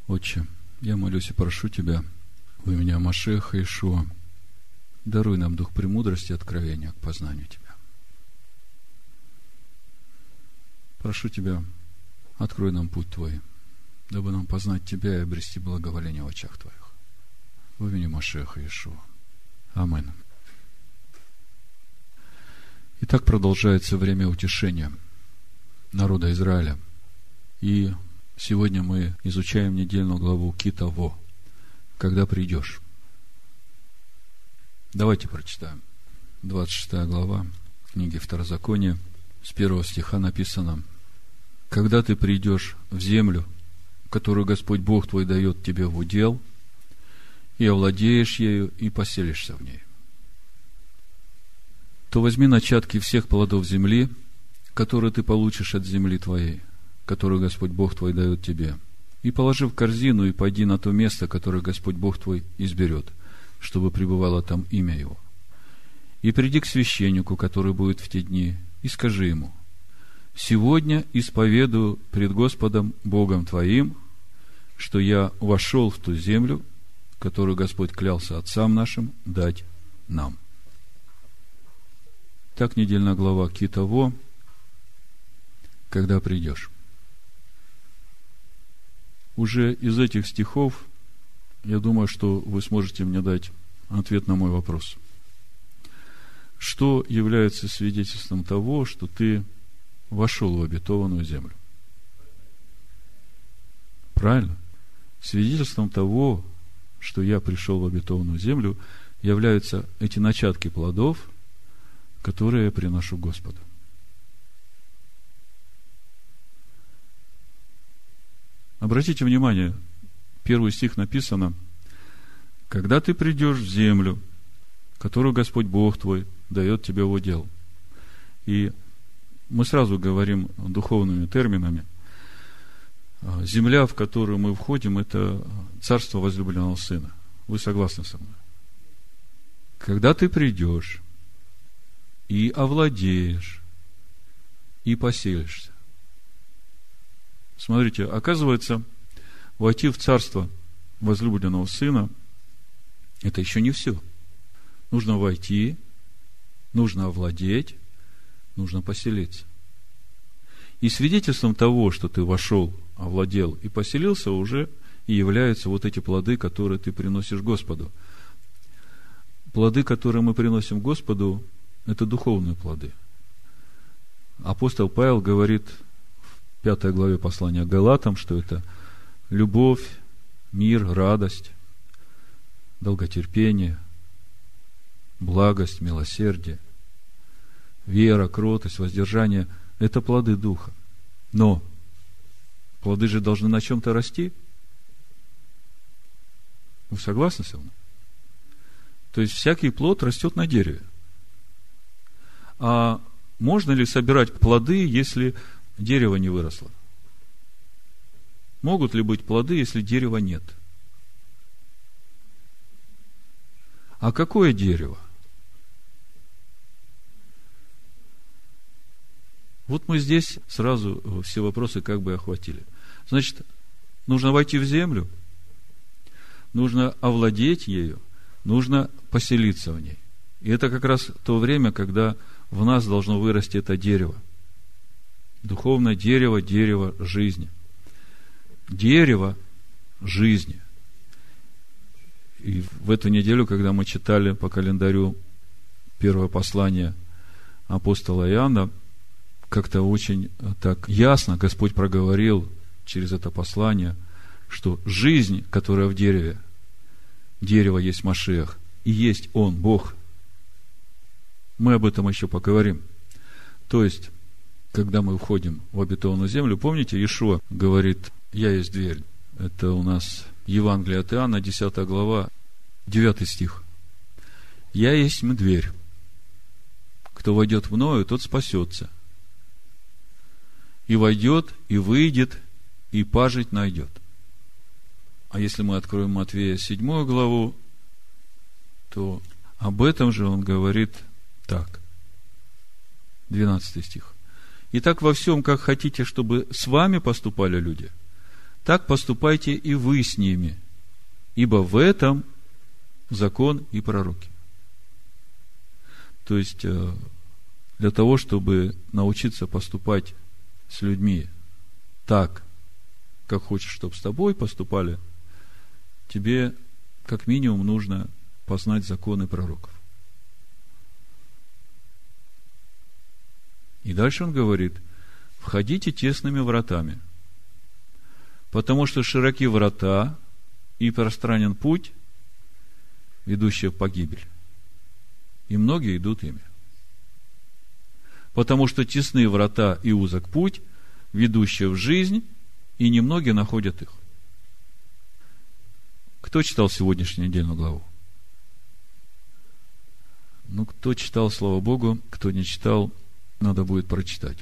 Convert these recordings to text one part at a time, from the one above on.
Отче, я молюсь и прошу Тебя во имя Машеха Иешуа, даруй нам дух премудрости и откровения к познанию Тебя. Прошу Тебя, открой нам путь Твой, дабы нам познать Тебя и обрести благоволение в очах Твоих. Во имя Машеха Иешуа. Аминь. Итак, продолжается время утешения народа Израиля. И сегодня мы изучаем недельную главу Ки-Таво. Когда придешь. Давайте прочитаем. 26 глава книги Второзакония. С 1 стиха написано: «Когда ты придешь в землю, которую Господь Бог твой дает тебе в удел, и овладеешь ею, и поселишься в ней, то возьми начатки всех плодов земли, которые ты получишь от земли твоей, которую Господь Бог твой дает тебе, и положи в корзину, и пойди на то место, которое Господь Бог твой изберет, чтобы пребывало там имя Его. И приди к священнику, который будет в те дни, и скажи ему: сегодня исповедую пред Господом Богом твоим, что я вошел в ту землю, которую Господь клялся отцам нашим дать нам». Так недельная глава Ки-Таво. Когда придешь. Уже из этих стихов, я думаю, что вы сможете мне дать ответ на мой вопрос. Что является свидетельством того, что ты вошел в обетованную землю? Правильно? Свидетельством того, что я пришел в обетованную землю, являются эти начатки плодов, которые я приношу Господу. Обратите внимание, 1 стих написано: «Когда ты придешь в землю, которую Господь Бог твой дает тебе в удел». И мы сразу говорим духовными терминами. Земля, в которую мы входим, это царство возлюбленного Сына. Вы согласны со мной? Когда ты придешь и овладеешь, и поселишься. Смотрите, оказывается, войти в царство возлюбленного Сына – это еще не все. Нужно войти, нужно овладеть, нужно поселиться. И свидетельством того, что ты вошел, овладел и поселился, уже и являются вот эти плоды, которые ты приносишь Господу. Плоды, которые мы приносим Господу, это духовные плоды. Апостол Павел говорит в 5 главе послания к Галатам, что это любовь, мир, радость, долготерпение, благость, милосердие, вера, кротость, воздержание – это плоды Духа. Но плоды же должны на чем-то расти. Вы согласны со мной? То есть всякий плод растет на дереве. А можно ли собирать плоды, если дерево не выросло? Могут ли быть плоды, если дерева нет? А какое дерево? Вот мы здесь сразу все вопросы как бы охватили. Значит, нужно войти в землю, нужно овладеть ею, нужно поселиться в ней. И это как раз то время, когда в нас должно вырасти это дерево. Духовное дерево, дерево жизни. Дерево жизни. И в эту неделю, когда мы читали по календарю первое послание апостола Иоанна, как-то очень так ясно Господь проговорил через это послание, что жизнь, которая в дереве, дерево есть Машиах, и есть Он, Бог. Мы об этом еще поговорим. То есть, когда мы входим в обетованную землю, помните, Иешуа говорит: «Я есть дверь». Это у нас Евангелие от Иоанна, 10 глава, 9 стих. «Я есть дверь. Кто войдет мною, тот спасется. И войдет, и выйдет, и пажить найдет». А если мы откроем Матфея 7 главу, то об этом же он говорит так. 12 стих. «Итак, во всем, как хотите, чтобы с вами поступали люди, так поступайте и вы с ними, ибо в этом закон и пророки. То есть, для того, чтобы научиться поступать с людьми так, как хочешь, чтобы с тобой поступали, тебе как минимум нужно познать законы пророков. И дальше он говорит: входите тесными вратами, потому что широки врата и пространен путь, ведущий в погибель, и многие идут ими. Потому что тесны врата и узок путь, ведущий в жизнь, и немногие находят их. Кто читал сегодняшнюю недельную главу? Кто читал, слава Богу, кто не читал, надо будет прочитать.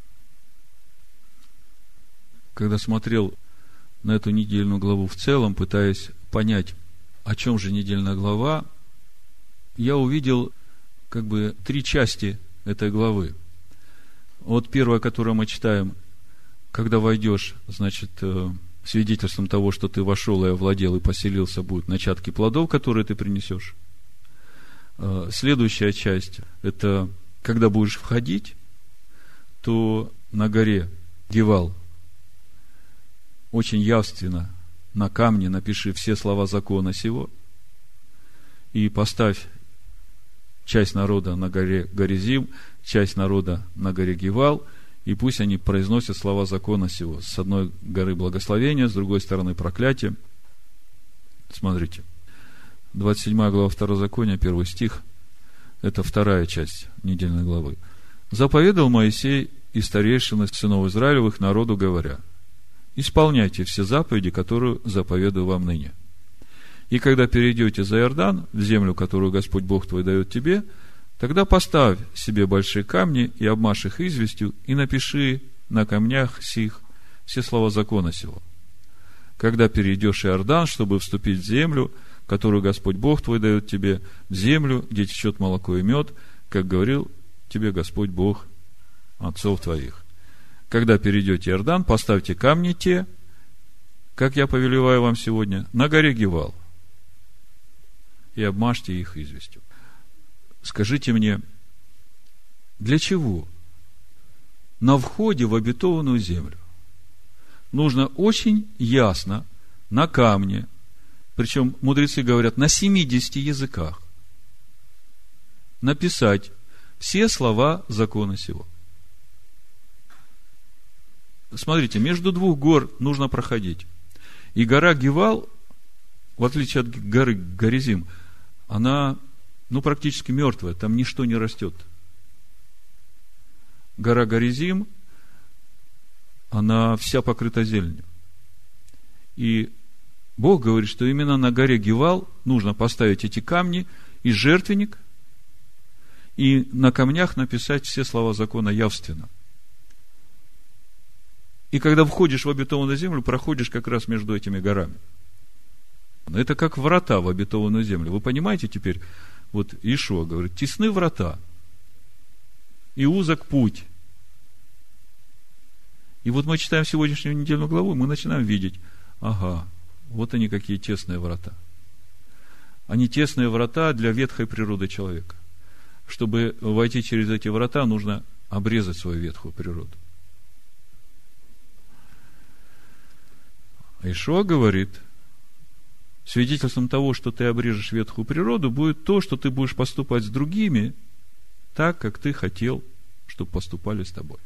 Когда смотрел на эту недельную главу в целом, пытаясь понять, о чем же недельная глава, я увидел три части этой главы. Вот первая, которую мы читаем: когда войдешь, значит, свидетельством того, что ты вошел и овладел и поселился, будут начатки плодов, которые ты принесешь. Следующая часть – это когда будешь входить, то на горе Гевал очень явственно на камне напиши все слова закона сего и поставь часть народа на горе Горизим, часть народа на горе Гевал, и пусть они произносят слова закона сего. С одной горы благословения, с другой стороны проклятие. Смотрите, 27 глава Второзакония, 1 стих, это вторая часть недельной главы. «Заповедал Моисей и старейшины сынов Израилевых народу, говоря: исполняйте все заповеди, которые заповедую вам ныне. И когда перейдете за Иордан, в землю, которую Господь Бог твой дает тебе, тогда поставь себе большие камни и обмажь их известью, и напиши на камнях сих все слова закона сего. Когда перейдешь Иордан, чтобы вступить в землю, которую Господь Бог твой дает тебе, в землю, где течет молоко и мед, как говорил тебе Господь Бог отцов твоих. Когда перейдете Иордан, поставьте камни те, как я повелеваю вам сегодня, на горе Гевал, и обмажьте их известью». Скажите мне, для чего на входе в обетованную землю нужно очень ясно на камне, причем мудрецы говорят, на 70 языках, написать все слова закона сего? Смотрите, между двух гор нужно проходить. И гора Гевал, в отличие от горы Горизим, она практически мертвая, там ничто не растет. Гора Горизим, она вся покрыта зеленью. И Бог говорит, что именно на горе Гевал нужно поставить эти камни и жертвенник, и на камнях написать все слова закона явственно. И когда входишь в обетованную землю, проходишь как раз между этими горами. Это как врата в обетованную землю. Вы понимаете теперь? Вот Иешуа говорит: тесны врата и узок путь. И вот мы читаем сегодняшнюю недельную главу, мы начинаем видеть: ага, вот они какие тесные врата. Они тесные врата для ветхой природы человека. Чтобы войти через эти врата, нужно обрезать свою ветхую природу. Иешуа говорит: свидетельством того, что ты обрежешь ветхую природу, будет то, что ты будешь поступать с другими так, как ты хотел, чтобы поступали с тобой.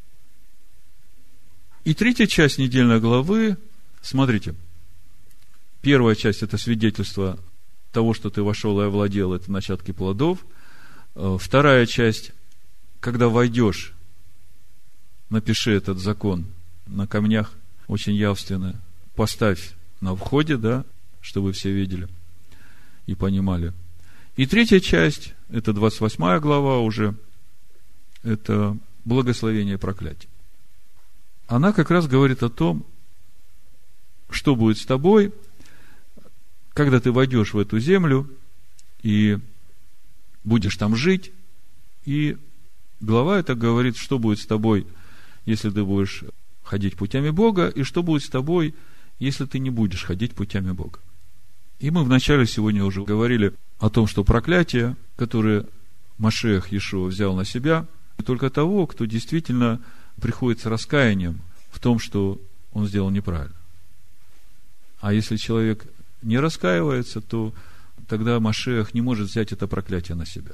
И третья часть недельной главы, смотрите, первая часть – это свидетельство того, что ты вошел и овладел, это начатки плодов. Вторая часть, когда войдешь, напиши этот закон на камнях очень явственно, поставь на входе, чтобы все видели и понимали. И третья часть, это 28 глава уже, это благословение и проклятие. Она как раз говорит о том, что будет с тобой, когда ты войдешь в эту землю и будешь там жить. И глава эта говорит, что будет с тобой, если ты будешь ходить путями Бога, и что будет с тобой, если ты не будешь ходить путями Бога. И мы вначале сегодня уже говорили о том, что проклятие, которое Машиах Иешуа взял на себя, и только того, кто действительно приходит с раскаянием в том, что он сделал неправильно. А если человек не раскаивается, то тогда Машиах не может взять это проклятие на себя.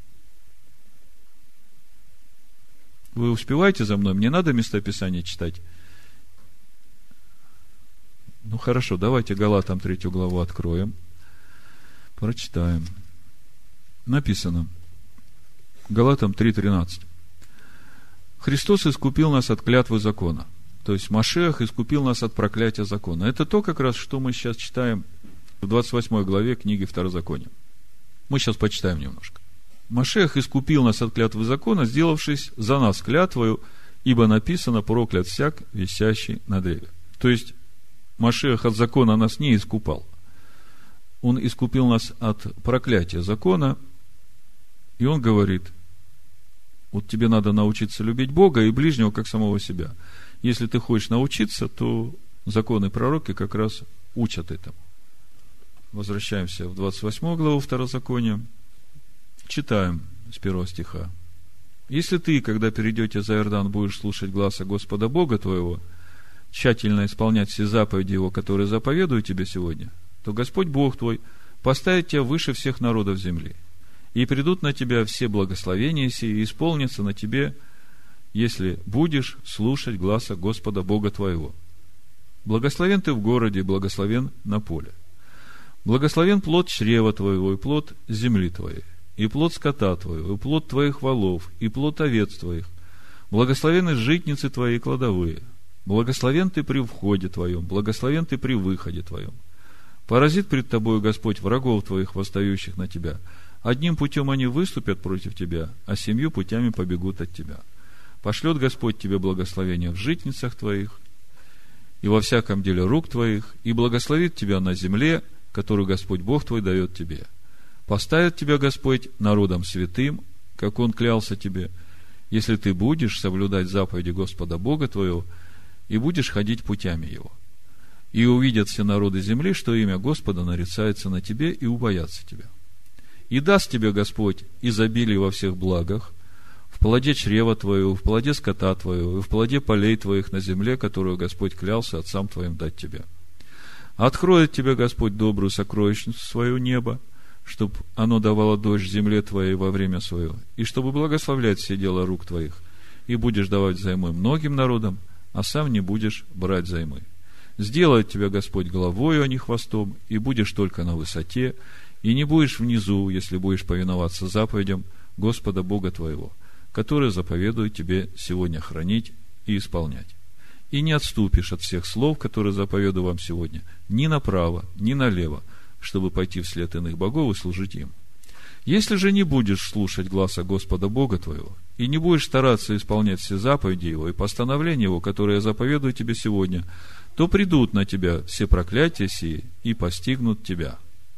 Вы успеваете за мной? Мне надо местописание читать? Ну, хорошо, давайте Галатам 3 главу откроем. Прочитаем. Написано. Галатам 3:13. Христос искупил нас от клятвы закона. То есть, Машиах искупил нас от проклятия закона. Это то, как раз, что мы сейчас читаем в 28 главе книги Второзакония. Мы сейчас почитаем немножко. Машиах искупил нас от клятвы закона, сделавшись за нас клятвою, ибо написано: проклят всяк, висящий на древе. То есть, Машиах от закона нас не искупал. Он искупил нас от проклятия закона, и он говорит: вот тебе надо научиться любить Бога и ближнего, как самого себя. Если ты хочешь научиться, то законы и пророки как раз учат этому. Возвращаемся в 28 главу Второзакония. Читаем с 1 стиха. «Если ты, когда перейдете за Иордан, будешь слушать гласа Господа Бога твоего, тщательно исполнять все заповеди Его, которые заповедую тебе сегодня, то Господь Бог твой поставит тебя выше всех народов земли, и придут на тебя все благословения сии, и исполнятся на тебе, если будешь слушать гласа Господа Бога твоего. Благословен ты в городе, благословен на поле. Благословен плод чрева твоего, и плод земли твоей, и плод скота твоего, и плод твоих волов, и плод овец твоих. Благословены житницы твои и кладовые. Благословен ты при входе твоем, благословен ты при выходе твоем. Поразит пред тобою Господь врагов твоих, восстающих на тебя. Одним путем они выступят против тебя, а 7 путями побегут от тебя. Пошлет Господь тебе благословение в житницах твоих и во всяком деле рук твоих, и благословит тебя на земле, которую Господь Бог твой дает тебе. Поставит тебя Господь народом святым, как Он клялся тебе, если ты будешь соблюдать заповеди Господа Бога твоего и будешь ходить путями Его. И увидят все народы земли, что имя Господа нарицается на тебе, и убоятся тебя. И даст тебе Господь изобилие во всех благах, в плоде чрева твоего, в плоде скота твоего, и в плоде полей твоих на земле, которую Господь клялся отцам твоим дать тебе. Откроет тебе Господь добрую сокровищницу свою небо, чтобы оно давало дождь земле твоей во время свое, и чтобы благословлять все дела рук твоих, и будешь давать взаймы многим народам, а сам не будешь брать взаймы. Сделает тебя Господь головою, а не хвостом, и будешь только на высоте, и не будешь внизу, если будешь повиноваться заповедям Господа Бога твоего, которые заповедуют тебе сегодня хранить и исполнять. И не отступишь от всех слов, которые заповедую вам сегодня, ни направо, ни налево, чтобы пойти вслед иных богов и служить им. Если же не будешь слушать гласа Господа Бога твоего, и не будешь стараться исполнять все заповеди Его и постановления Его, которые я заповедую тебе сегодня, то придут на тебя все проклятия сии и постигнут тебя».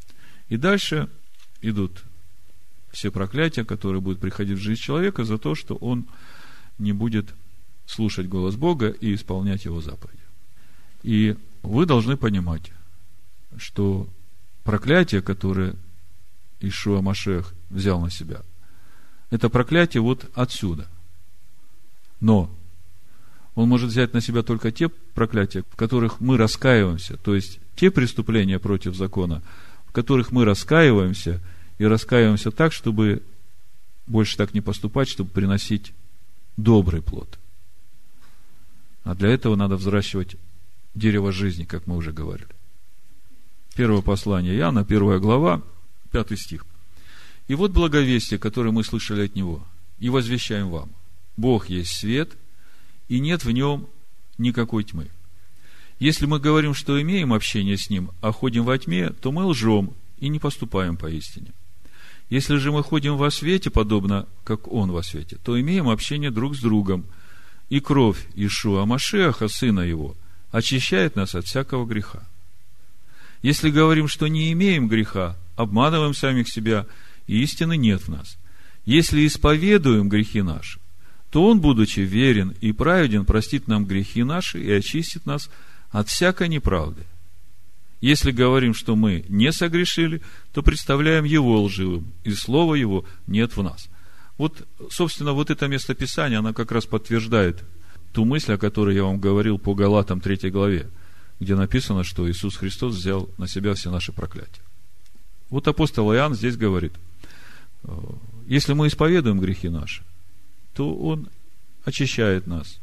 И дальше идут все проклятия, которые будут приходить в жизнь человека за то, что он не будет слушать голос Бога и исполнять Его заповеди. И вы должны понимать, что проклятие, которое Иешуа Машиах взял на себя, это проклятие вот отсюда. Но Он может взять на себя только те проклятия, в которых мы раскаиваемся, то есть те преступления против закона, в которых мы раскаиваемся, и раскаиваемся так, чтобы больше так не поступать, чтобы приносить добрый плод. А для этого надо взращивать дерево жизни, как мы уже говорили. Первое послание Иоанна, 1 глава, 5 стих. «И вот благовестие, которое мы слышали от Него, и возвещаем вам. Бог есть свет, и нет в Нем никакой тьмы. Если мы говорим, что имеем общение с Ним, а ходим во тьме, то мы лжем и не поступаем поистине. Если же мы ходим во свете, подобно как Он во свете, то имеем общение друг с другом, и кровь Иешуа Машиаха, Сына Его, очищает нас от всякого греха. Если говорим, что не имеем греха, обманываем самих себя, и истины нет в нас. Если исповедуем грехи наши, то Он, будучи верен и праведен, простит нам грехи наши и очистит нас от всякой неправды. Если говорим, что мы не согрешили, то представляем Его лживым, и Слова Его нет в нас». Вот, собственно, вот это местописание, оно как раз подтверждает ту мысль, о которой я вам говорил по Галатам 3 главе, где написано, что Иисус Христос взял на себя все наши проклятия. Вот апостол Иоанн здесь говорит: если мы исповедуем грехи наши, то Он очищает нас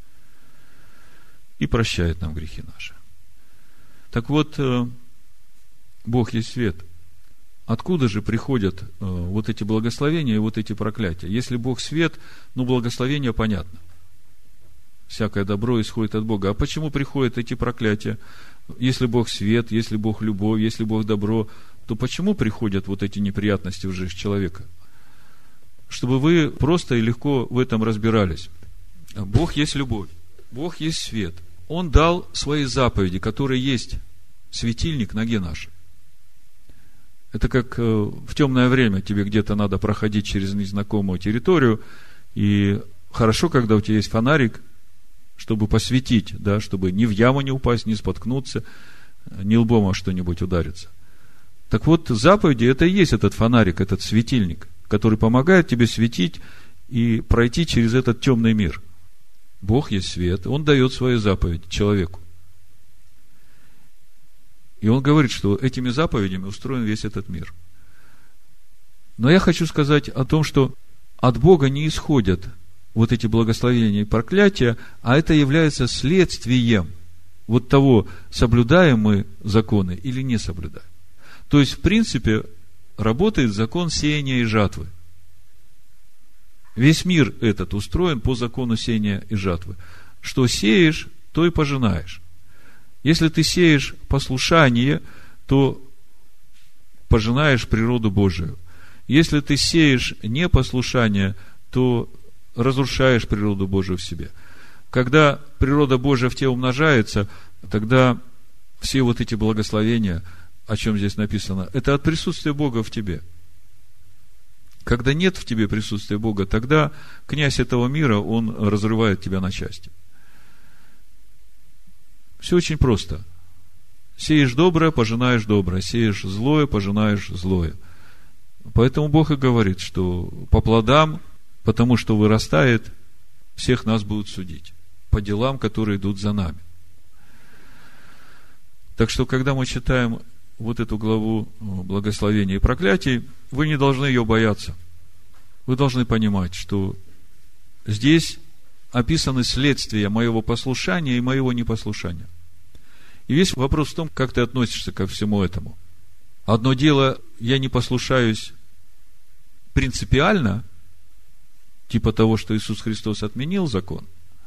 и прощает нам грехи наши. Так вот, Бог есть свет. Откуда же приходят вот эти благословения и вот эти проклятия? Если Бог свет, благословение понятно. Всякое добро исходит от Бога. А почему приходят эти проклятия? Если Бог свет, если Бог любовь, если Бог добро, то почему приходят вот эти неприятности в жизнь человека? Чтобы вы просто и легко в этом разбирались. Бог есть любовь, Бог есть свет. Он дал свои заповеди, которые есть светильник ноге нашей. Это как в темное время тебе где-то надо проходить через незнакомую территорию, и хорошо, когда у тебя есть фонарик, чтобы посветить, да, чтобы ни в яму не упасть, ни споткнуться, ни лбом о что-нибудь удариться. Так вот, заповеди — это и есть этот фонарик, этот светильник, который помогает тебе светить и пройти через этот темный мир. Бог есть свет, Он дает свои заповеди человеку. И Он говорит, что этими заповедями устроен весь этот мир. Но я хочу сказать о том, что от Бога не исходят вот эти благословения и проклятия, а это является следствием вот того, соблюдаем мы законы или не соблюдаем. То есть, в принципе, работает закон сеяния и жатвы. Весь мир этот устроен по закону сеяния и жатвы. Что сеешь, то и пожинаешь. Если ты сеешь послушание, то пожинаешь природу Божию. Если ты сеешь непослушание, то разрушаешь природу Божию в себе. Когда природа Божия в тебе умножается, тогда все вот эти благословения, о чем здесь написано, это от присутствия Бога в тебе. Когда нет в тебе присутствия Бога, тогда князь этого мира, он разрывает тебя на части. Все очень просто. Сеешь доброе, пожинаешь доброе. Сеешь злое, пожинаешь злое. Поэтому Бог и говорит, что по плодам, потому что вырастает, всех нас будут судить. По делам, которые идут за нами. Так что, когда мы читаем вот эту главу благословений и проклятий, вы не должны ее бояться. Вы должны понимать, что здесь описаны следствия моего послушания и моего непослушания. И весь вопрос в том, как ты относишься ко всему этому. Одно дело, я не послушаюсь принципиально, типа того, что Иисус Христос отменил закон.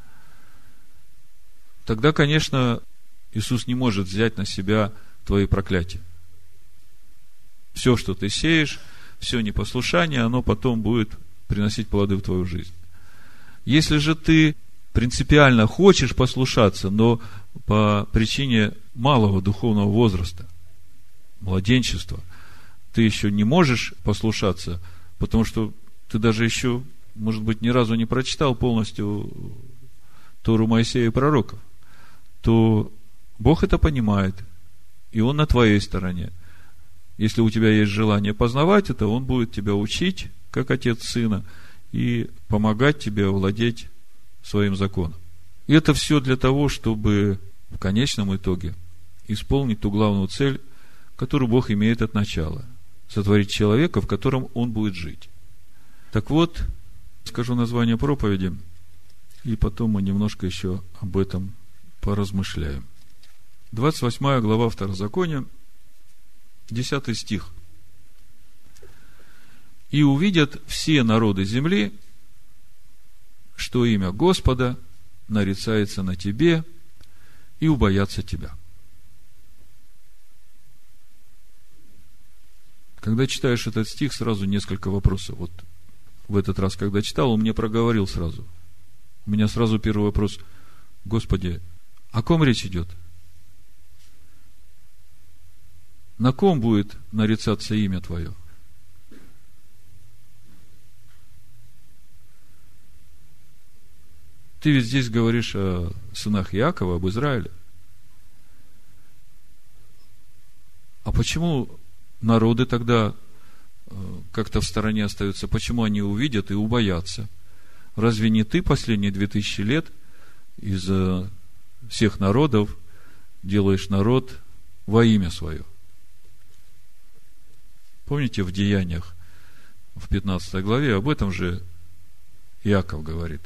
Тогда, конечно, Иисус не может взять на себя твои проклятия. Все, что ты сеешь, все непослушание, оно потом будет приносить плоды в твою жизнь. Если же ты принципиально хочешь послушаться, но по причине малого духовного возраста, младенчества, ты еще не можешь послушаться, потому что ты даже еще, может быть, ни разу не прочитал полностью Тору Моисея и пророков, то Бог это понимает, и Он на твоей стороне. Если у тебя есть желание познавать это, Он будет тебя учить, как отец сына, и помогать тебе овладеть своим законом. И это все для того, чтобы в конечном итоге исполнить ту главную цель, которую Бог имеет от начала. Сотворить человека, в котором он будет жить. Так вот, скажу название проповеди, и потом мы немножко еще об этом поразмышляем. 28 глава Второзакония, 10 стих. «И увидят все народы земли, что имя Господа нарицается на тебе, и убоятся тебя». Когда читаешь этот стих, сразу несколько вопросов. Вот в этот раз, когда читал, он мне проговорил сразу. У меня сразу первый вопрос: Господи, о ком речь идет? На ком будет нарицаться имя Твое? Ты ведь здесь говоришь о сынах Иакова, об Израиле. А почему народы тогда как-то в стороне остаются? Почему они увидят и убоятся? Разве не ты последние 2000 лет из всех народов делаешь народ во имя свое? Помните, в Деяниях, в 15 главе, об этом же Иаков говорит.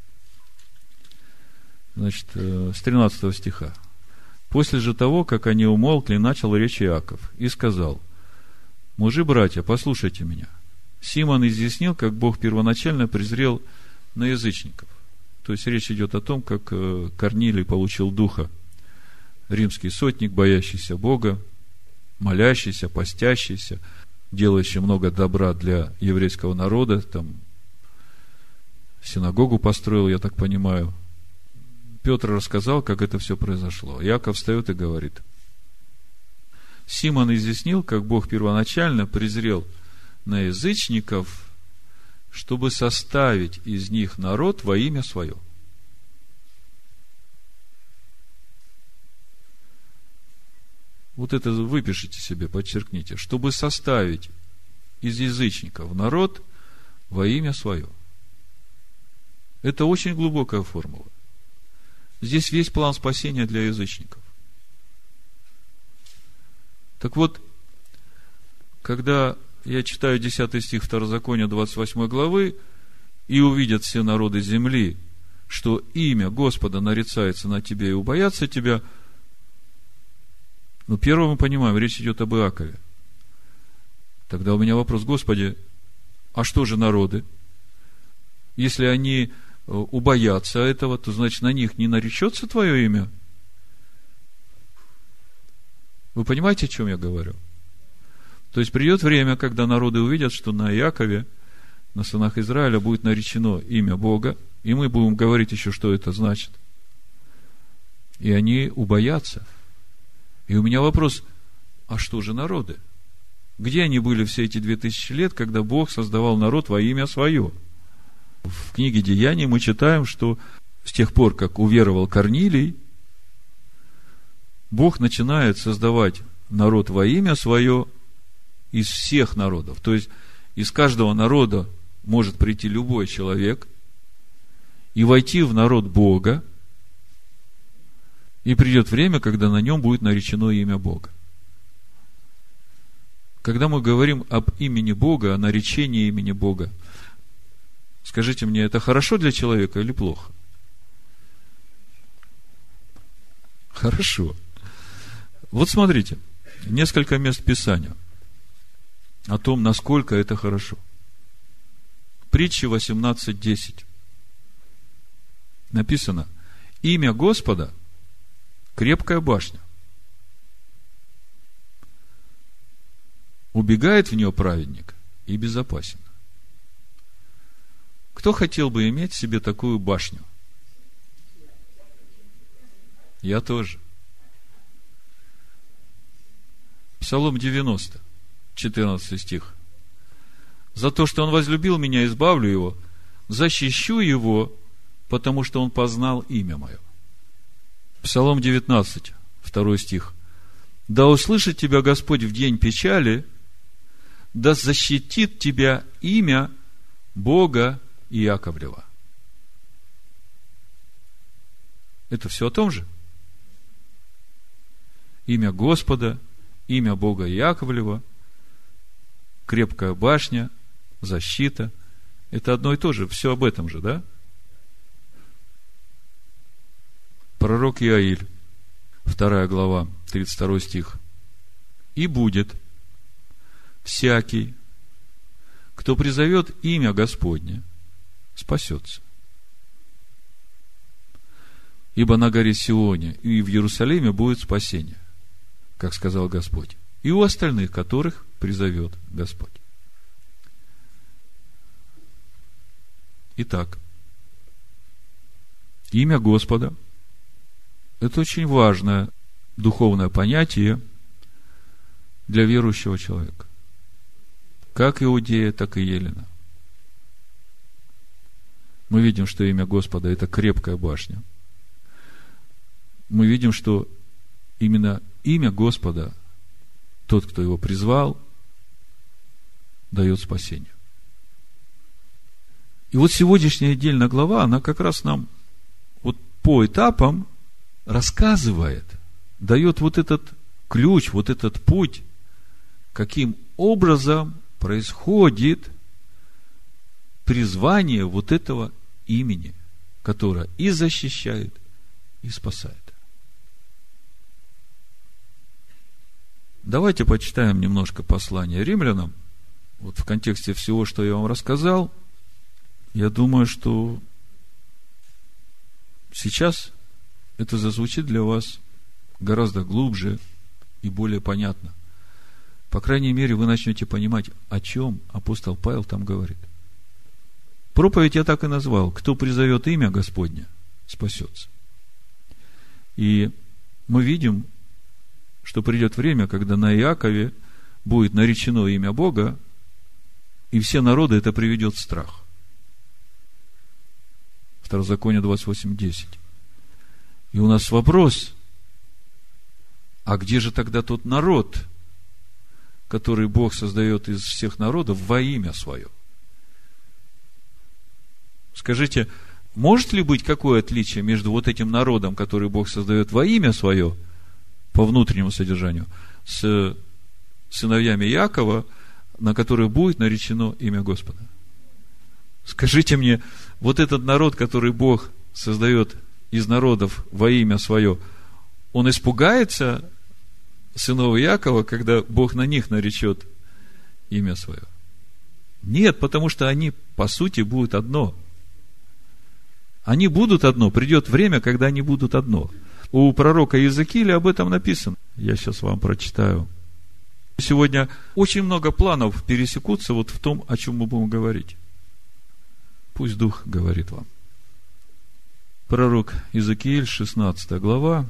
Значит, с 13 стиха. «После же того, как они умолкли, начал речь Иаков и сказал: мужи, братья, послушайте меня. Симон изъяснил, как Бог первоначально презрел на язычников». То есть речь идет о том, как Корнилий получил духа. Римский сотник, боящийся Бога, молящийся, постящийся, делающий много добра для еврейского народа, там синагогу построил, я так понимаю. Петр рассказал, как это все произошло. Иаков встает и говорит: Симон изъяснил, как Бог первоначально презрел на язычников, чтобы составить из них народ во имя свое. Вот это выпишите себе, подчеркните. Чтобы составить из язычников народ во имя свое. Это очень глубокая формула. Здесь весь план спасения для язычников. Так вот, когда я читаю 10 стих Второзакония 28 главы, и увидят все народы земли, что имя Господа нарицается на тебе и убоятся тебя, первое мы понимаем, речь идет об Иакове. Тогда у меня вопрос: Господи, а что же народы? Если они убоятся этого, то значит на них не наречется твое имя? Вы понимаете, о чем я говорю? То есть придет время, когда народы увидят, что на Иакове, на сынах Израиля будет наречено имя Бога, и мы будем говорить еще, что это значит. И они убоятся. И у меня вопрос: а что же народы? Где они были все эти 2000 лет, когда Бог создавал народ во имя свое? В книге Деяний мы читаем, что с тех пор, как уверовал Корнилий, Бог начинает создавать народ во имя свое из всех народов. То есть из каждого народа может прийти любой человек и войти в народ Бога, и придет время, когда на нем будет наречено имя Бога. Когда мы говорим об имени Бога, о наречении имени Бога, скажите мне, это хорошо для человека или плохо? Хорошо. Вот смотрите, несколько мест Писания о том, насколько это хорошо. Притча 18:10. Написано: имя Господа — крепкая башня. Убегает в нее праведник и безопасен. Кто хотел бы иметь себе такую башню? Я тоже. Псалом 90, 14 стих. За то, что он возлюбил меня, избавлю его, защищу его, потому что он познал имя мое. Псалом 19, 2 стих. Да услышит тебя Господь в день печали, да защитит тебя имя Бога Иаковлева. Это все о том же. Имя Господа, имя Бога Иаковлева, крепкая башня, защита. Это одно и то же. Все об этом же, да? Пророк Иаиль, 2 глава, 32 стих. И будет всякий, кто призовет имя Господне, спасется. Ибо на горе Сионе и в Иерусалиме будет спасение, как сказал Господь, и у остальных, которых призовет Господь. Итак, имя Господа – это очень важное духовное понятие для верующего человека. Как Иудея, так и Елена. Мы видим, что имя Господа – это крепкая башня. Мы видим, что именно имя Господа, тот, кто его призвал, дает спасение. И вот сегодняшняя недельная глава, она как раз нам вот по этапам рассказывает, дает вот этот ключ, вот этот путь, каким образом происходит призвание вот этого имени, которое и защищает, и спасает. Давайте почитаем немножко послание римлянам. Вот в контексте всего, что я вам рассказал, я думаю, что сейчас это зазвучит для вас гораздо глубже и более понятно. По крайней мере, вы начнете понимать, о чем апостол Павел там говорит. Проповедь я так и назвал: кто призовет имя Господне, спасется. И мы видим, что придет время, когда на Иакове будет наречено имя Бога, и все народы это приведет в страх. Второзаконие 28:10. И у нас вопрос: а где же тогда тот народ, который Бог создает из всех народов во имя свое? Скажите, может ли быть какое отличие между вот этим народом, который Бог создает во имя свое, по внутреннему содержанию, с сыновьями Иакова, на которых будет наречено имя Господа? Скажите мне, вот этот народ, который Бог создает из народов во имя свое, он испугается сынов Иакова, когда Бог на них наречет имя свое? Нет, потому что они, по сути, будут одно. Они будут одно. Придет время, когда они будут одно. У пророка Иезекииля об этом написано. Я сейчас вам прочитаю. Сегодня очень много планов пересекутся вот в том, о чем мы будем говорить. Пусть Дух говорит вам. Пророк Иезекииль, 16 глава,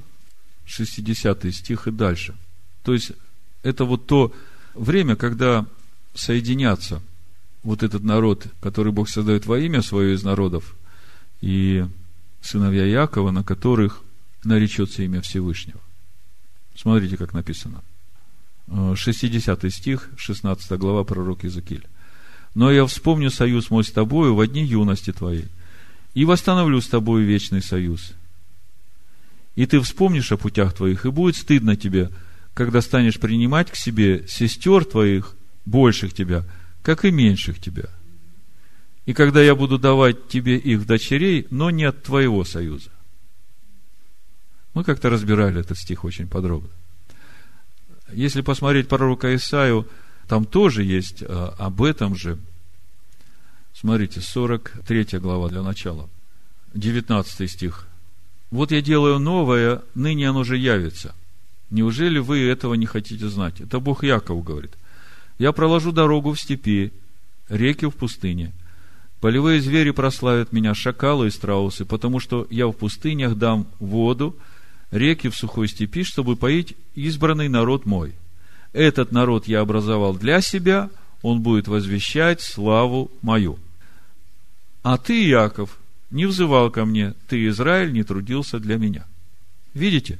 60 стих и дальше. То есть, это вот то время, когда соединятся вот этот народ, который Бог создает во имя свое из народов, и сыновья Иакова, на которых наречется имя Всевышнего. Смотрите, как написано. 60 стих, 16 глава, пророк Иезекииль. «Но я вспомню союз мой с тобою во дни юности твоей, и восстановлю с тобою вечный союз. И ты вспомнишь о путях твоих, и будет стыдно тебе, когда станешь принимать к себе сестер твоих, больших тебя, как и меньших тебя. И когда я буду давать тебе их в дочерей, но не от твоего союза». Мы как-то разбирали этот стих очень подробно. Если посмотреть пророка Исаию, там тоже есть об этом же. Смотрите, 43 глава для начала, 19 стих. «Вот я делаю новое, ныне оно же явится. Неужели вы этого не хотите знать?» Это Бог Иакову говорит. «Я проложу дорогу в степи, реки в пустыне. Полевые звери прославят меня, шакалы и страусы, потому что я в пустынях дам воду, реки в сухой степи, чтобы поить избранный народ мой. Этот народ я образовал для себя, он будет возвещать славу мою. А ты, Иаков, не взывал ко мне, ты, Израиль, не трудился для меня». Видите?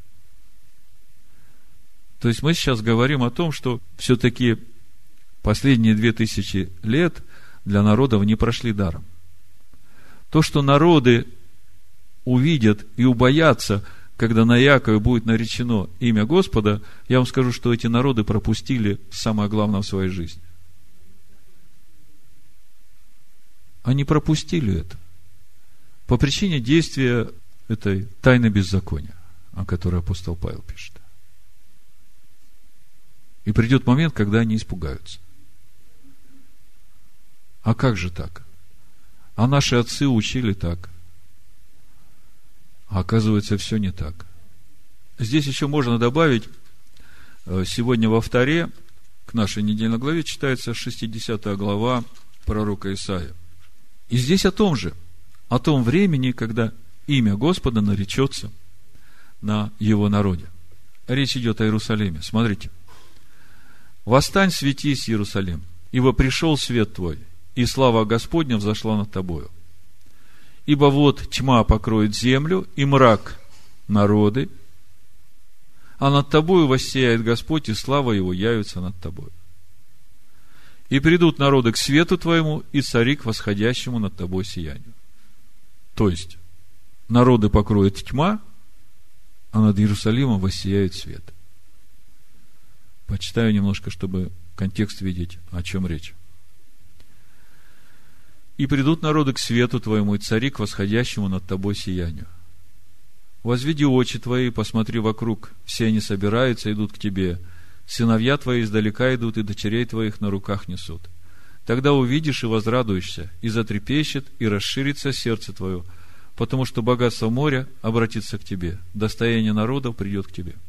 То есть мы сейчас говорим о том, что все-таки последние 2000 лет для народов не прошли даром. То, что народы увидят и убоятся, когда на Иакове будет наречено имя Господа, я вам скажу, что эти народы пропустили самое главное в своей жизни. Они пропустили это по причине действия этой тайны беззакония, о которой апостол Павел пишет. И придет момент, когда они испугаются. А как же так? А наши отцы учили так. А оказывается, все не так. Здесь еще можно добавить, сегодня во вторе, к нашей недельной главе, читается 60 глава пророка Исаия. И здесь о том же, о том времени, когда имя Господа наречется на его народе. Речь идет о Иерусалиме. Смотрите. «Восстань, светись, Иерусалим, ибо пришел свет твой, и слава Господня взошла над тобою. Ибо вот тьма покроет землю, и мрак народы, а над тобою воссияет Господь, и слава Его явится над тобой. И придут народы к свету твоему, и цари к восходящему над тобой сиянию. То есть, народы покроет тьма, а над Иерусалимом воссияет свет. Почитаю немножко, чтобы контекст видеть, о чем речь. И придут народы к свету твоему, и цари к восходящему над тобой сиянию. Возведи очи твои, посмотри вокруг, все они собираются, идут к тебе. Сыновья твои издалека идут, и дочерей твоих на руках несут. Тогда увидишь и возрадуешься, и затрепещет, и расширится сердце твое, потому что богатство моря обратится к тебе, достояние народов придет к тебе.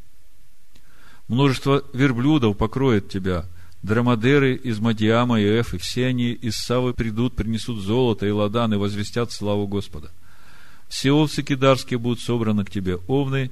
Множество верблюдов покроет тебя, драмадеры из Мадиама и Эф, и все они из Савы придут, принесут золото и ладан, и возвестят славу Господа. Все овцы кидарские будут собраны к тебе, овны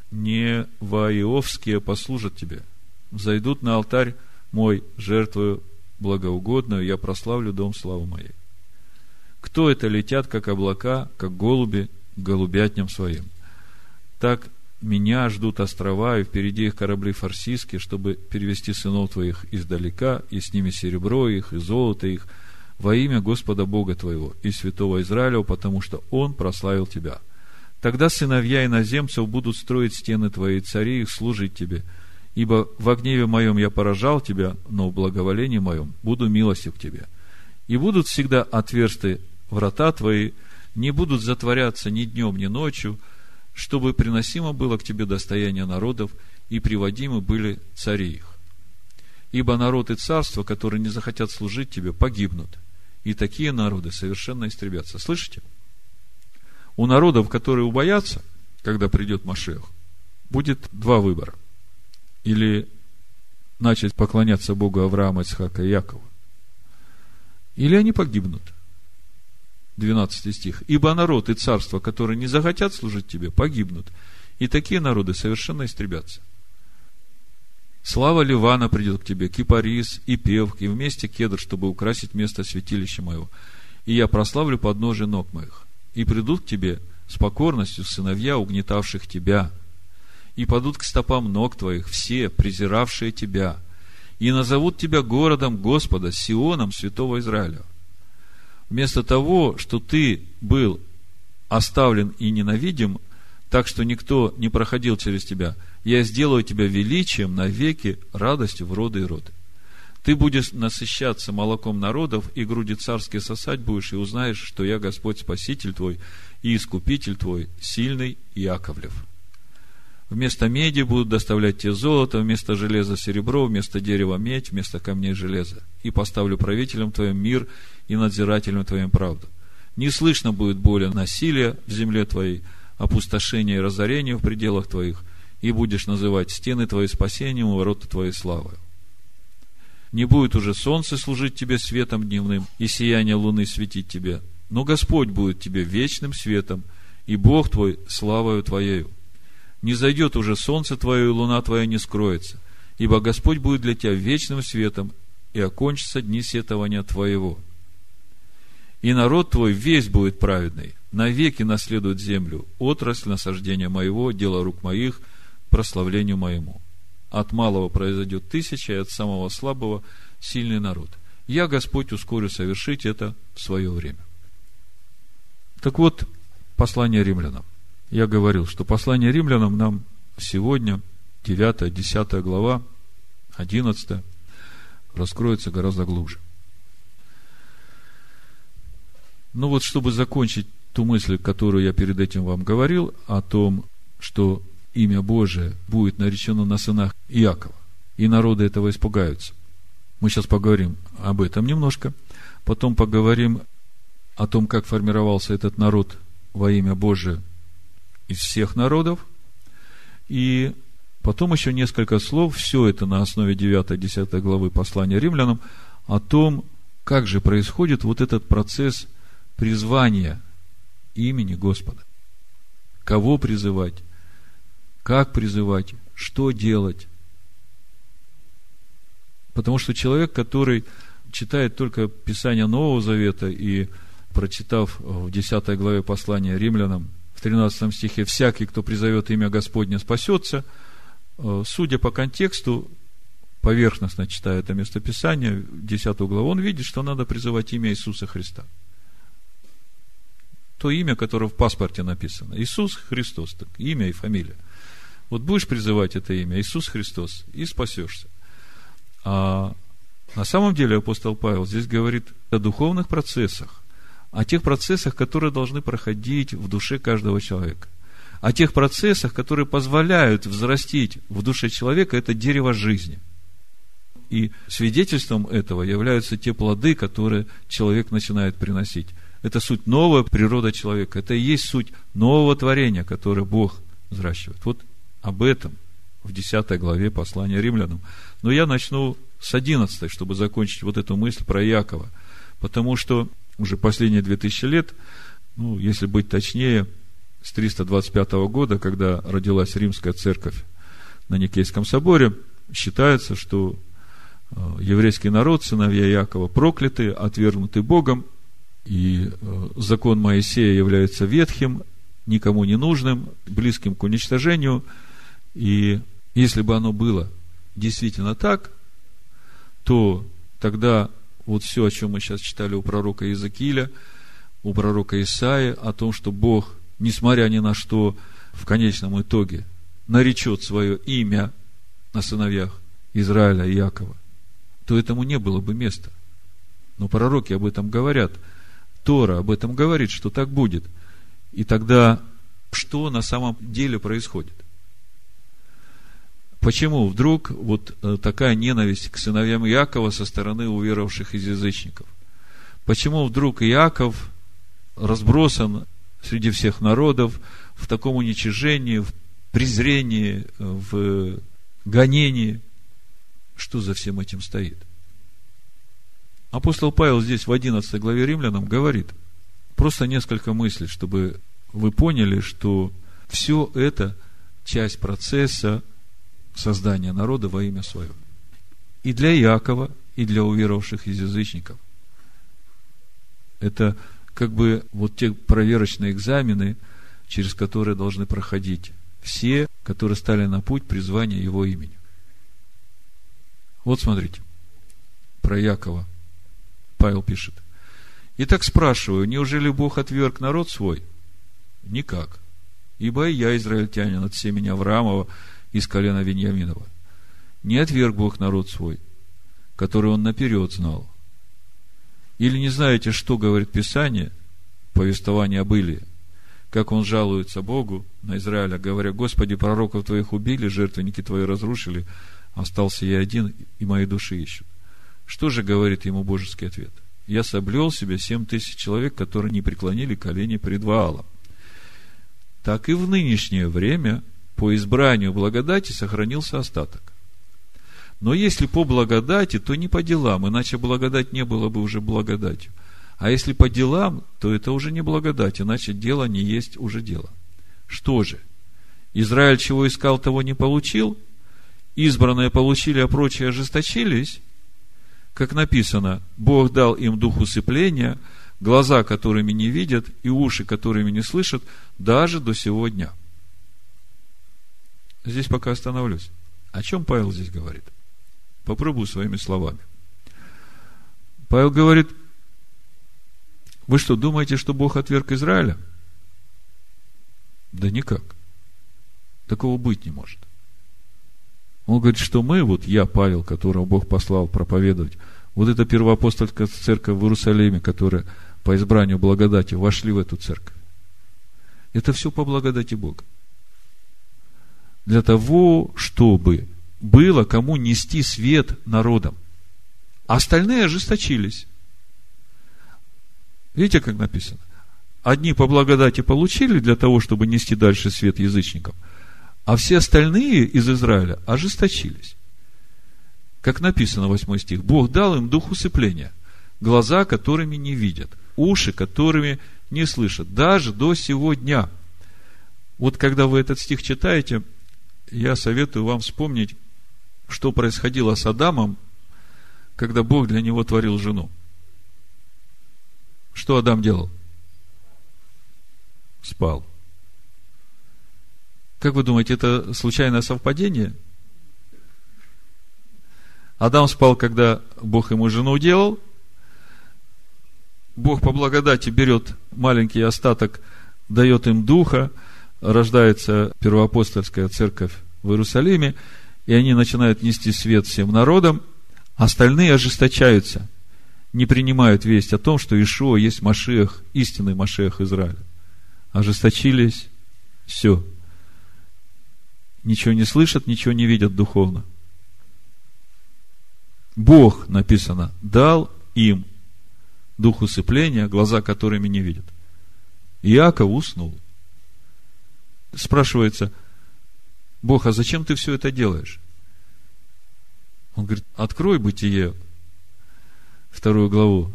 неваиовские послужат тебе. Взойдут на алтарь мой, жертвою благоугодную, я прославлю дом славы моей. Кто это летят, как облака, как голуби, к голубятням своим? Так меня ждут острова, и впереди их корабли фарсийские, чтобы перевести сынов твоих издалека, и с ними серебро их, и золото их, во имя Господа Бога твоего и святого Израиля, потому что Он прославил тебя. Тогда сыновья иноземцев будут строить стены твои, и цари их служить тебе. Ибо во гневе моем я поражал тебя, но в благоволении моем буду милостив к тебе. И будут всегда отверсты врата твои, не будут затворяться ни днем, ни ночью, чтобы приносимо было к тебе достояние народов, и приводимы были цари их. Ибо народ и царство, которые не захотят служить тебе, погибнут, и такие народы совершенно истребятся. Слышите? У народов, которые убоятся, когда придет Машиах, будет два выбора. Или начать поклоняться Богу Авраама, Ицхака и Якова, или они погибнут. 12 стих. Ибо народ и царство, которые не захотят служить тебе, погибнут, и такие народы совершенно истребятся. Слава Ливана придет к тебе, кипарис и певк, и вместе кедр, чтобы украсить место святилища моего. И я прославлю подножие ног моих. И придут к тебе с покорностью сыновья, угнетавших тебя, и падут к стопам ног твоих все, презиравшие тебя, и назовут тебя городом Господа, Сионом святого Израиля. Вместо того, что ты был оставлен и ненавидим, так что никто не проходил через тебя, я сделаю тебя величием навеки, радостью в роды и роды. Ты будешь насыщаться молоком народов, и груди царские сосать будешь, и узнаешь, что я Господь Спаситель твой и Искупитель твой, сильный Иаковлев. Вместо меди будут доставлять тебе золото, вместо железа серебро, вместо дерева медь, вместо камней железо. И поставлю правителем твоим мир и надзирателем твоим правду. Не слышно будет боли насилия в земле твоей, опустошения и разорения в пределах твоих, и будешь называть стены твои спасением и ворота твоей славой. Не будет уже солнце служить тебе светом дневным, и сияние луны светить тебе, но Господь будет тебе вечным светом, и Бог твой славою твоею. Не зайдет уже солнце твое, и луна твоя не скроется, ибо Господь будет для тебя вечным светом, и окончатся дни сетования твоего. И народ твой весь будет праведный, навеки наследует землю, отрасль насаждения моего, дело рук моих, прославлению моему. От малого произойдет 1000, и от самого слабого сильный народ. Я, Господь, ускорю совершить это в свое время. Так вот, послание римлянам. Я говорил, что послание римлянам нам сегодня, 9, 10 глава, 11, раскроется гораздо глубже. Ну вот, чтобы закончить ту мысль, которую я перед этим вам говорил, о том, что имя Божие будет наречено на сынах Иакова, и народы этого испугаются. Мы сейчас поговорим об этом немножко, потом поговорим о том, как формировался этот народ во имя Божие из всех народов, и потом еще несколько слов, все это на основе 9-10 главы послания римлянам, о том, как же происходит вот этот процесс призвания имени Господа. Кого призывать, как призывать, что делать. Потому что человек, который читает только Писание Нового Завета и прочитав в 10 главе послания Римлянам, в 13 стихе, «Всякий, кто призовет имя Господне, спасется», судя по контексту, поверхностно читая это местописание, 10 главу, он видит, что надо призывать имя Иисуса Христа. То имя, которое в паспорте написано. Иисус Христос, так, имя и фамилия. Вот будешь призывать это имя, Иисус Христос, и спасешься. А на самом деле апостол Павел здесь говорит о духовных процессах, о тех процессах, которые должны проходить в душе каждого человека, о тех процессах, которые позволяют взрастить в душе человека это дерево жизни. И свидетельством этого являются те плоды, которые человек начинает приносить. Это суть новая природа человека, это и есть суть нового творения, которое Бог взращивает. Вот об этом в 10 главе послания Римлянам. Но я начну с 11, чтобы закончить вот эту мысль про Иакова. Потому что уже последние 2000 лет, если быть точнее, с 325 года, когда родилась Римская церковь на Никейском соборе, считается, что еврейский народ, сыновья Иакова, прокляты, отвергнуты Богом, и закон Моисея является ветхим, никому не нужным, близким к уничтожению. И если бы оно было действительно так, то тогда вот все, о чем мы сейчас читали у пророка Иезекииля, у пророка Исаии, о том, что Бог, несмотря ни на что, в конечном итоге наречет свое имя на сыновьях Израиля и Иакова, то этому не было бы места. Но пророки об этом говорят, Тора об этом говорит, что так будет. И тогда что на самом деле происходит? Почему вдруг вот такая ненависть к сыновьям Иакова со стороны уверовавших из язычников? Почему вдруг Иаков разбросан среди всех народов в таком уничижении, в презрении, в гонении? Что за всем этим стоит? Апостол Павел здесь в 11 главе Римлянам говорит просто несколько мыслей, чтобы вы поняли, что все это часть процесса создания народа во имя свое. И для Иакова, и для уверовавших из язычников. Это как бы вот те проверочные экзамены, через которые должны проходить все, которые стали на путь призвания его имени. Вот смотрите, про Иакова Павел пишет: «Итак спрашиваю, неужели Бог отверг народ свой? Никак. Ибо и я израильтянин от семени Авраамова из колена Виньяминова. Не отверг Бог народ свой, который он наперед знал. Или не знаете, что говорит Писание, повествование об Илии, как он жалуется Богу на Израиля, говоря: Господи, пророков твоих убили, жертвенники твои разрушили, остался я один, и мои души ищут. Что же говорит ему божеский ответ? Я соблел себе 7000 человек, которые не преклонили колени пред Ваалом. Так и в нынешнее время по избранию благодати сохранился остаток. Но если по благодати, то не по делам, иначе благодать не была бы уже благодатью. А если по делам, то это уже не благодать, иначе дело не есть уже дело. Что же? Израиль чего искал, того не получил? Избранные получили, а прочие ожесточились? Как написано: Бог дал им дух усыпления, глаза, которыми не видят, и уши, которыми не слышат, даже до сего дня. Здесь пока остановлюсь. О чем Павел здесь говорит? Попробую своими словами. Павел говорит: вы что, думаете, что Бог отверг Израиля? Да никак. Такого быть не может. Он говорит, что мы, вот я, Павел, которого Бог послал проповедовать, вот эта первоапостольская церковь в Иерусалиме, которая по избранию благодати вошли в эту церковь, это все по благодати Бога. Для того, чтобы было кому нести свет народам. А остальные ожесточились. Видите, как написано? Одни по благодати получили для того, чтобы нести дальше свет язычникам, а все остальные из Израиля ожесточились. Как написано, 8 стих: Бог дал им дух усыпления, глаза, которыми не видят, уши, которыми не слышат, даже до сего дня. Вот когда вы этот стих читаете, я советую вам вспомнить, что происходило с Адамом, когда Бог для него творил жену. Что Адам делал? Спал. Как вы думаете, это случайное совпадение? Адам спал, когда Бог ему жену делал. Бог по благодати берет маленький остаток, дает им духа, рождается первоапостольская церковь в Иерусалиме, и они начинают нести свет всем народам. Остальные ожесточаются, не принимают весть о том, что Иешуа есть Машиах, истинный Машиах Израиля. Ожесточились, все. Ничего не слышат, ничего не видят духовно. Бог, написано, дал им дух усыпления, глаза которыми не видят. Иаков уснул. Спрашивается: Бог, а зачем ты все это делаешь? Он говорит: открой Бытие, 2 главу.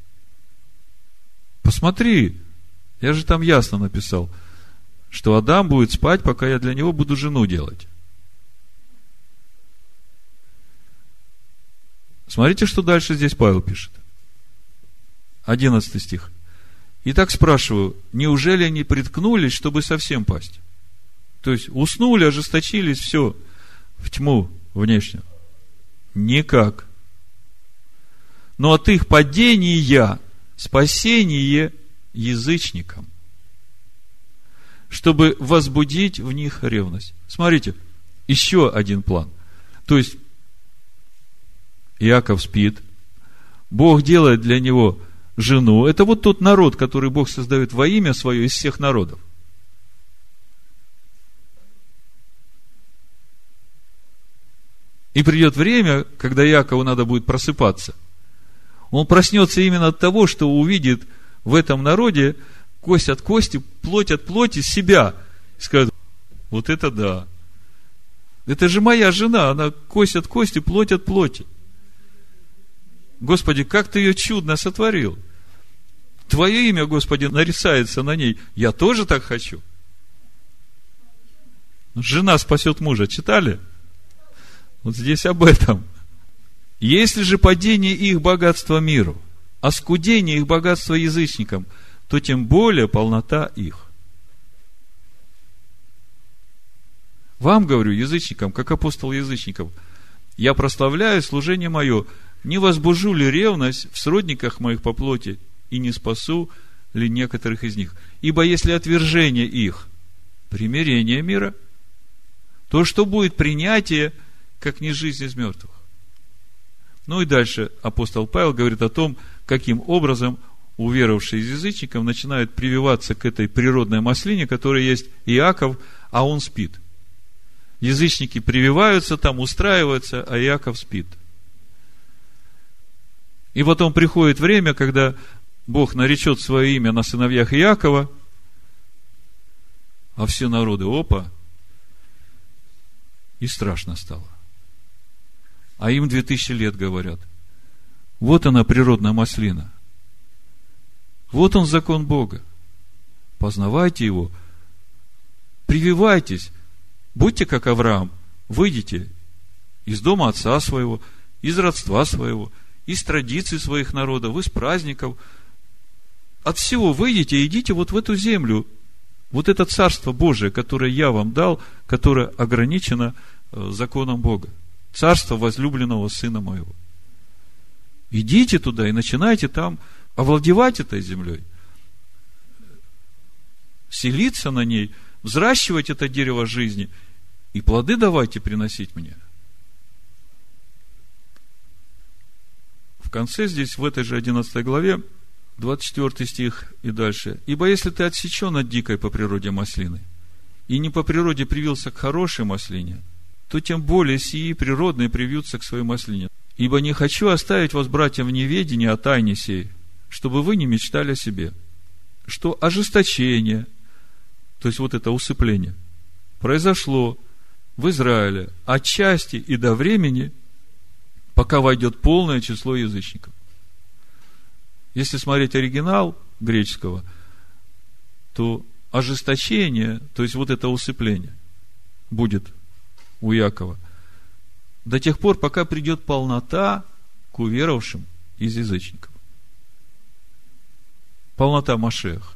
Посмотри, я же там ясно написал, что Адам будет спать, пока я для него буду жену делать. Смотрите, что дальше здесь Павел пишет. 11 стих. Итак, спрашиваю, неужели они приткнулись, чтобы совсем пасть? То есть, уснули, ожесточились, все, в тьму внешнюю? Никак. Но от их падения спасение язычникам, чтобы возбудить в них ревность. Смотрите, еще один план. То есть, Иаков спит, Бог делает для него жену. Это вот тот народ, который Бог создает во имя свое из всех народов. И придет время, когда Иакову надо будет просыпаться. Он проснется именно от того, что увидит в этом народе кость от кости, плоть от плоти себя. И скажет: вот это да. Это же моя жена, она кость от кости, плоть от плоти. Господи, как ты ее чудно сотворил. Твое имя, Господи, нарисается на ней. Я тоже так хочу. Жена спасет мужа. Читали? Вот здесь об этом. Если же падение их богатства миру, оскудение их богатства язычникам, то тем более полнота их. Вам говорю, язычникам, как апостол язычников, я прославляю служение мое, не возбужу ли ревность в сродниках моих по плоти, и не спасу ли некоторых из них? Ибо если отвержение их примирение мира, то что будет принятие, как не жизнь из мертвых? Ну и дальше апостол Павел говорит о том, каким образом уверовавшие из язычников начинают прививаться к этой природной маслине, которая есть Иаков, а он спит. Язычники прививаются там, устраиваются, а Иаков спит. И потом приходит время, когда Бог наречет свое имя на сыновьях Иакова, а все народы, опа, и страшно стало. А им 2000 лет говорят: вот она, природная маслина. Вот он, закон Бога. Познавайте его, прививайтесь, будьте как Авраам, выйдите из дома отца своего, из родства своего, из традиций своих народов, из праздников. От всего выйдите и идите вот в эту землю, вот это Царство Божие, которое я вам дал, которое ограничено законом Бога. Царство возлюбленного Сына моего. Идите туда и начинайте там овладевать этой землей, селиться на ней, взращивать это дерево жизни, и плоды давайте приносить мне. В конце здесь, в этой же 11 главе, 24 стих и дальше. Ибо если ты отсечен от дикой по природе маслины, и не по природе привился к хорошей маслине, то тем более сии природные привьются к своей маслине. Ибо не хочу оставить вас, братья, в неведении о тайне сей, чтобы вы не мечтали о себе, что ожесточение, то есть вот это усыпление, произошло в Израиле отчасти и до времени, пока войдет полное число язычников. Если смотреть оригинал греческого, то ожесточение, то есть вот это усыпление, будет у Иакова до тех пор, пока придет полнота к уверовавшим из язычников. полнота Машиаха.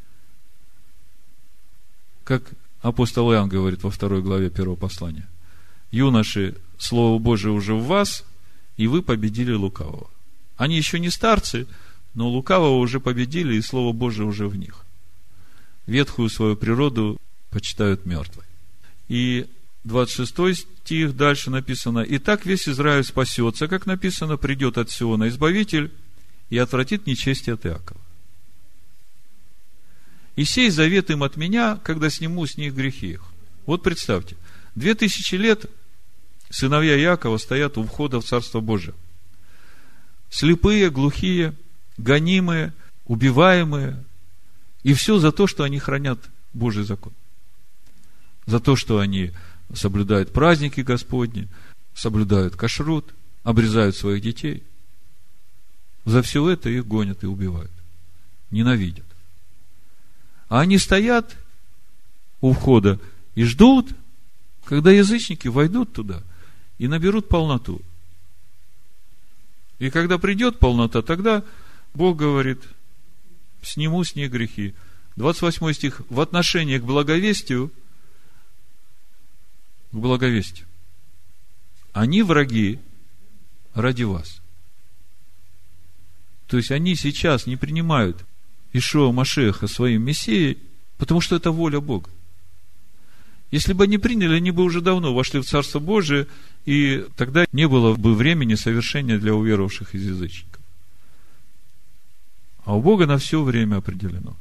Как апостол Иоанн говорит во 2 главе 1 послания: юноши, Слово Божие уже в вас, и вы победили лукавого. Они еще не старцы, но лукавого уже победили, и Слово Божие уже в них. Ветхую свою природу почитают мертвой. И 26 стих дальше написано: «Итак весь Израиль спасется, как написано, придет от Сиона Избавитель и отвратит нечестие от Иакова. И сей завет им от меня, когда сниму с них грехи их». Вот представьте, 2000 лет сыновья Иакова стоят у входа в Царство Божие. Слепые, глухие, гонимые, убиваемые. И все за то, что они хранят Божий закон. За то, что они соблюдают праздники Господни, соблюдают кашрут, обрезают своих детей. За все это их гонят и убивают. Ненавидят. А они стоят у входа и ждут, когда язычники войдут туда и наберут полноту. И когда придет полнота, тогда Бог говорит: сниму с них грехи. 28 стих. В отношении к благовестию, они враги ради вас. То есть они сейчас не принимают Иешуа Машиаха своим Мессией, потому что это воля Бога. Если бы они приняли, они бы уже давно вошли в Царство Божие, и тогда не было бы времени совершения для уверовавших из язычников. А у Бога на все время определено.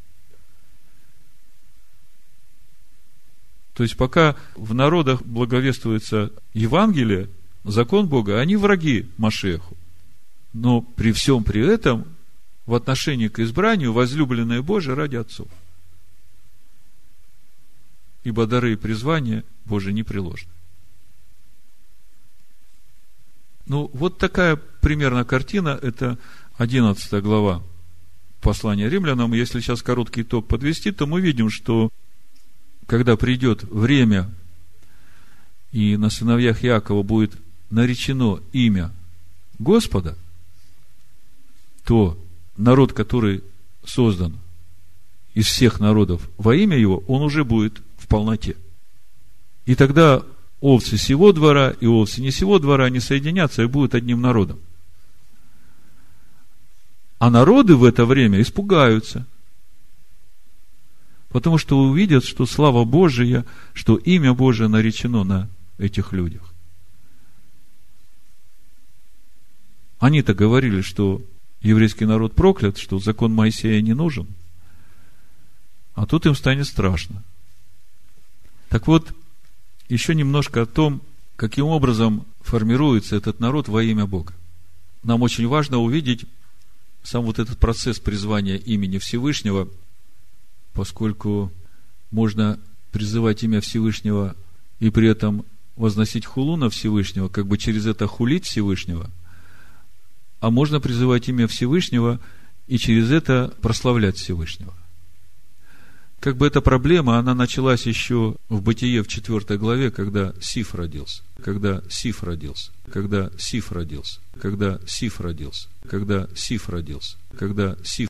То есть, пока в народах благовествуется Евангелие, закон Бога, они враги Машиаху. Но при всем при этом, в отношении к избранию, возлюбленные Божие ради отцов. Ибо дары и призвания Божие не приложены. Ну, вот такая примерно картина, это 11 глава послания Римлянам. Если сейчас короткий итог подвести, то мы видим, что когда придет время, и на сыновьях Иакова будет наречено имя Господа, то народ, который создан из всех народов во имя Его, он уже будет в полноте. И тогда овцы сего двора и овцы не сего двора, они соединятся и будут одним народом. А народы в это время испугаются, потому что увидят, что слава Божия, что имя Божие наречено на этих людях. Они-то говорили, что еврейский народ проклят, что закон Моисея не нужен. А тут им станет страшно. Так вот, еще немножко о том, каким образом формируется этот народ во имя Бога. Нам очень важно увидеть сам вот этот процесс призвания имени Всевышнего, поскольку можно призывать имя Всевышнего и при этом возносить хулу на Всевышнего, как бы через это хулить Всевышнего, а можно призывать имя Всевышнего и через это прославлять Всевышнего. Как бы эта проблема, она началась еще в Бытие в 4 главе, когда Сиф родился. Когда Сиф родился. Когда Сиф родился. Когда Сиф родился. Когда Сиф родился. Когда Сиф